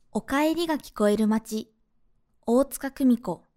おかえりが聞こえる街、大塚久美子。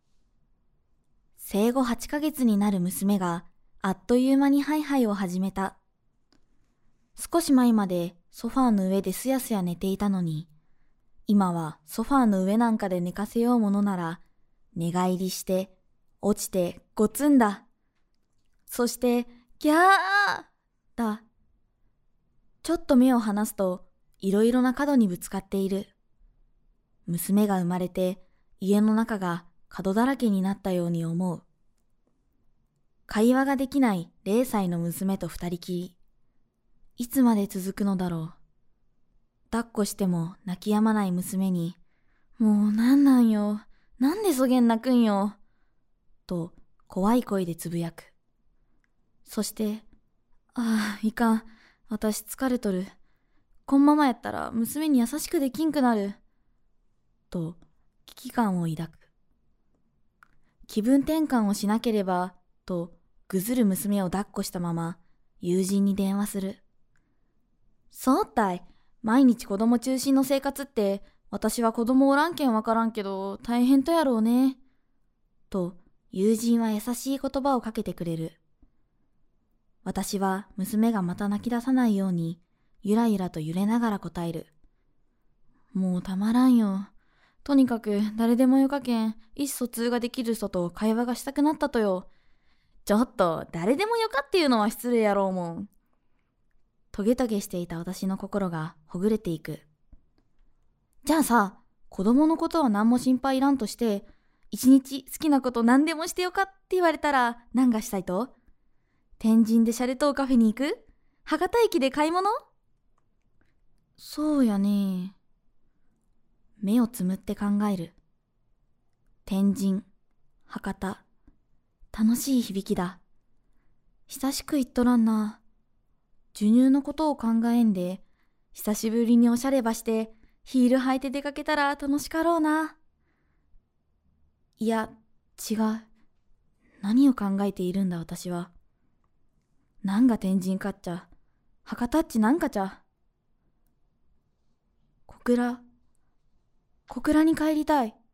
生後8ヶ月になる娘があっという間にハイハイを始めた。少し前までソファーの上ですやすや寝ていたのに、今はソファーの上なんかで寝かせようものなら、寝返りして、落ちてゴツンだ。そして、ギャーだ。ちょっと目を離すと、いろいろな角にぶつかっている。娘が生まれて家の中が角だらけになったように思う。会話ができない0歳の娘と二人きり。いつまで続くのだろう。抱っこしても泣き止まない娘に、もうなんなんよ。なんでそげん泣くんよ。と怖い声でつぶやく。そして、いかん。私疲れとる。こんままやったら娘に優しくできんくなる。と危機感を抱く。気分転換をしなければとぐずる娘を抱っこしたまま友人に電話する。そうったい、毎日子供中心の生活って私は子供おらんけんわからんけど大変とやろうね。と友人は優しい言葉をかけてくれる。私は娘がまた泣き出さないようにゆらゆらと揺れながら答える。もうたまらんよ。とにかく誰でもよかけん、意思疎通ができる人と会話がしたくなったとよ。ちょっと、誰でもよかっていうのは失礼やろうもん。トゲトゲしていた私の心がほぐれていく。じゃあさ、子供のことは何も心配いらんとして、一日好きなこと何でもしてよかって言われたら何がしたいと？天神でシャレとうカフェに行く？博多駅で買い物？そうやね。目をつむって考える。天神、博多、楽しい響きだ。久しく言っとらんな。授乳のことを考えんで、久しぶりにおしゃればして、ヒール履いて出かけたら楽しかろうな。いや、違う。何を考えているんだ私は。なんが天神かっちゃ。博多っちなんかちゃ。小倉に帰りたい。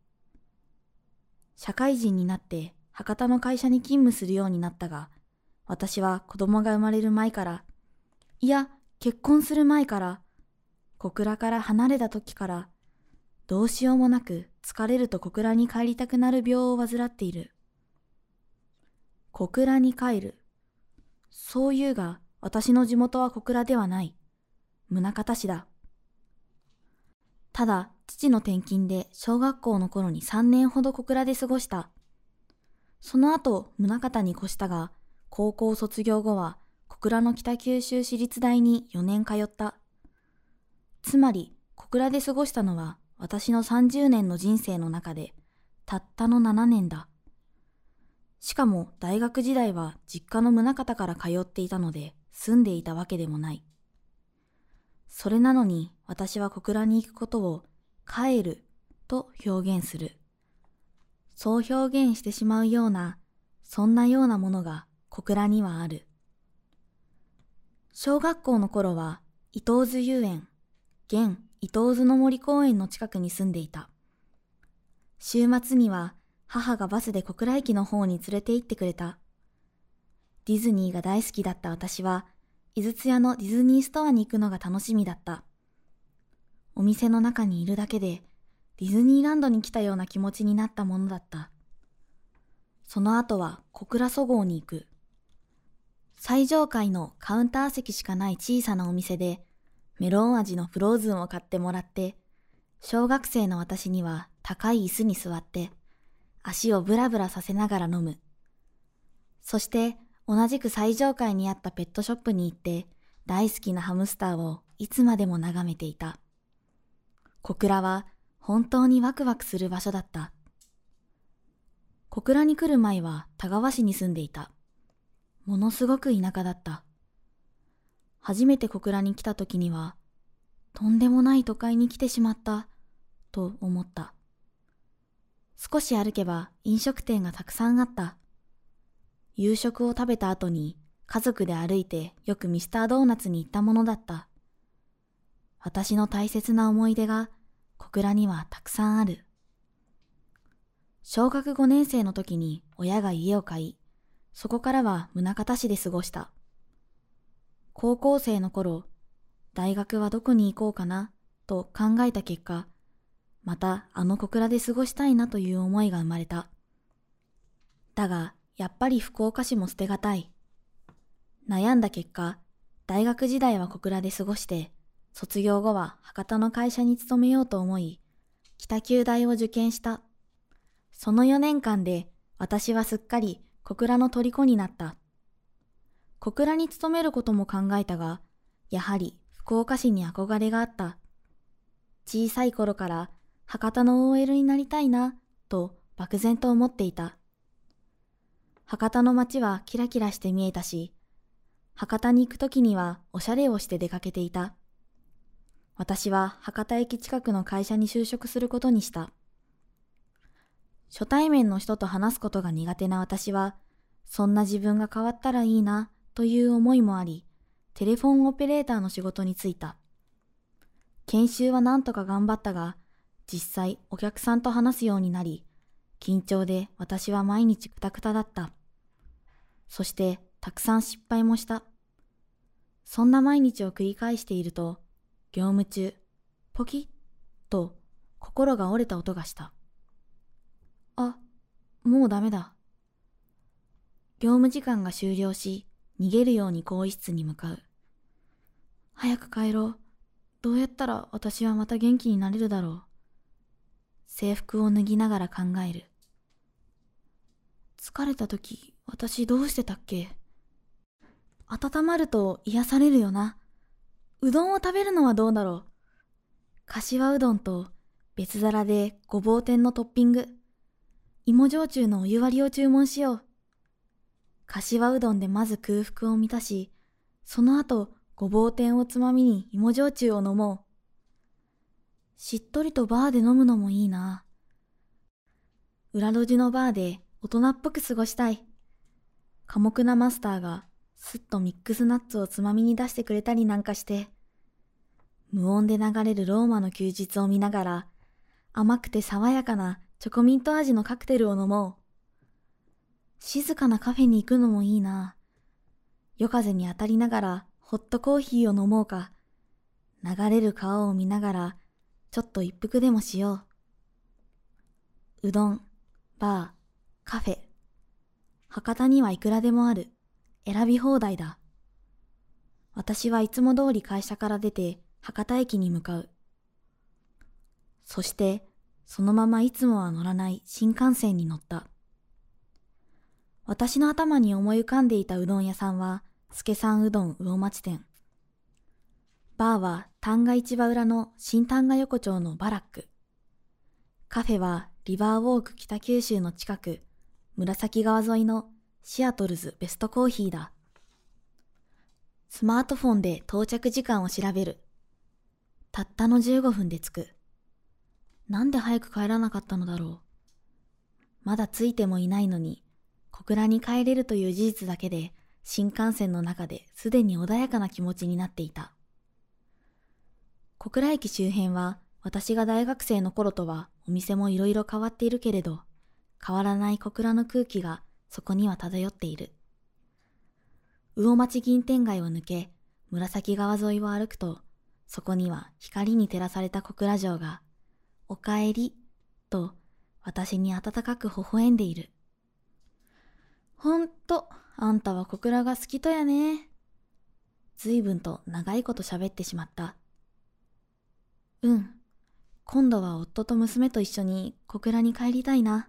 社会人になって博多の会社に勤務するようになったが、私は子供が生まれる前から、いや結婚する前から、小倉から離れた時から、どうしようもなく疲れると小倉に帰りたくなる病を患っている。小倉に帰る。そう言うが、私の地元は小倉ではない。宗像市だ。ただ、父の転勤で小学校の頃に3年ほど小倉で過ごした。その後、宗像に越したが、高校卒業後は小倉の北九州市立大に4年通った。つまり、小倉で過ごしたのは私の30年の人生の中で、たったの7年だ。しかも大学時代は実家の宗像から通っていたので、住んでいたわけでもない。それなのに私は小倉に行くことを帰ると表現する。そう表現してしまうような、そんなようなものが小倉にはある。小学校の頃は伊東津遊園、現伊東津の森公園の近くに住んでいた。週末には母がバスで小倉駅の方に連れて行ってくれた。ディズニーが大好きだった私は、井筒屋のディズニーストアに行くのが楽しみだった。お店の中にいるだけで、ディズニーランドに来たような気持ちになったものだった。その後は小倉そごうに行く。最上階のカウンター席しかない小さなお店で、メロン味のフローズンを買ってもらって、小学生の私には高い椅子に座って、足をブラブラさせながら飲む。そして、同じく最上階にあったペットショップに行って大好きなハムスターをいつまでも眺めていた。小倉は本当にワクワクする場所だった。小倉に来る前は田川市に住んでいた。ものすごく田舎だった。初めて小倉に来た時には、とんでもない都会に来てしまったと思った。少し歩けば飲食店がたくさんあった。夕食を食べた後に家族で歩いてよくミスタードーナツに行ったものだった。私の大切な思い出が倉にはたくさんある。小学5年生の時に親が家を買い、そこからは宗像市で過ごした。高校生の頃、大学はどこに行こうかなと考えた結果、またあの小倉で過ごしたいなという思いが生まれた。だが、やっぱり福岡市も捨てがたい。悩んだ結果、大学時代は小倉で過ごして、卒業後は博多の会社に勤めようと思い、北九大を受験した。その4年間で私はすっかり小倉の虜になった。小倉に勤めることも考えたが、やはり福岡市に憧れがあった。小さい頃から博多の OL になりたいな、と漠然と思っていた。博多の街はキラキラして見えたし、博多に行くときにはおしゃれをして出かけていた。私は博多駅近くの会社に就職することにした。初対面の人と話すことが苦手な私は、そんな自分が変わったらいいなという思いもあり、テレフォンオペレーターの仕事に就いた。研修はなんとか頑張ったが、実際お客さんと話すようになり、緊張で私は毎日クタクタだった。そしてたくさん失敗もした。そんな毎日を繰り返していると、業務中、ポキッと心が折れた音がした。あ、もうダメだ。業務時間が終了し、逃げるように更衣室に向かう。早く帰ろう。どうやったら私はまた元気になれるだろう。制服を脱ぎながら考える。疲れた時、私どうしてたっけ？温まると癒されるよな。うどんを食べるのはどうだろう。柏うどんと別皿でごぼう天のトッピング。芋焼酎のお湯割りを注文しよう。柏うどんでまず空腹を満たし、その後ごぼう天をつまみに芋焼酎を飲もう。しっとりとバーで飲むのもいいな。裏路地のバーで大人っぽく過ごしたい。寡黙なマスターがすっとミックスナッツをつまみに出してくれたりなんかして、無音で流れるローマの休日を見ながら、甘くて爽やかなチョコミント味のカクテルを飲もう。静かなカフェに行くのもいいな。夜風に当たりながらホットコーヒーを飲もうか。流れる川を見ながら、ちょっと一服でもしよう。うどん、バー、カフェ。博多にはいくらでもある。選び放題だ。私はいつも通り会社から出て博多駅に向かう。そして、そのままいつもは乗らない新幹線に乗った。私の頭に思い浮かんでいたうどん屋さんは、助さんうどん魚町店。バーは旦過市場裏の新旦過横丁のバラック。カフェはリバーウォーク北九州の近く、紫川沿いのシアトルズベストコーヒーだ。スマートフォンで到着時間を調べる。たったの15分で着く。なんで早く帰らなかったのだろう。まだ着いてもいないのに、小倉に帰れるという事実だけで、新幹線の中ですでに穏やかな気持ちになっていた。小倉駅周辺は、私が大学生の頃とはお店もいろいろ変わっているけれど、変わらない小倉の空気がそこには漂っている。魚町銀天街を抜け、紫川沿いを歩くと、そこには光に照らされた小倉城が、おかえり、と私に温かく微笑んでいる。ほんと、あんたは小倉が好きとやね。ずいぶんと長いこと喋ってしまった。うん、今度は夫と娘と一緒に小倉に帰りたいな。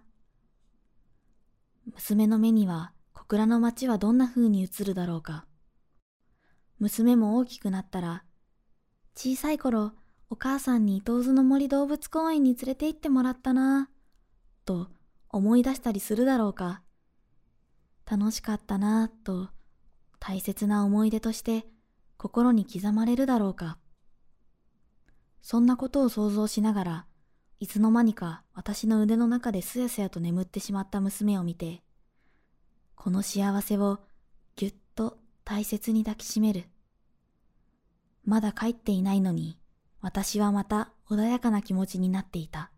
娘の目には小倉の街はどんな風に映るだろうか。娘も大きくなったら、小さい頃お母さんに東津の森動物公園に連れて行ってもらったなぁ、と思い出したりするだろうか。楽しかったなぁと大切な思い出として心に刻まれるだろうか。そんなことを想像しながら、いつの間にか私の腕の中ですやすやと眠ってしまった娘を見て、この幸せをぎゅっと大切に抱きしめる。まだ帰っていないのに、私はまた穏やかな気持ちになっていた。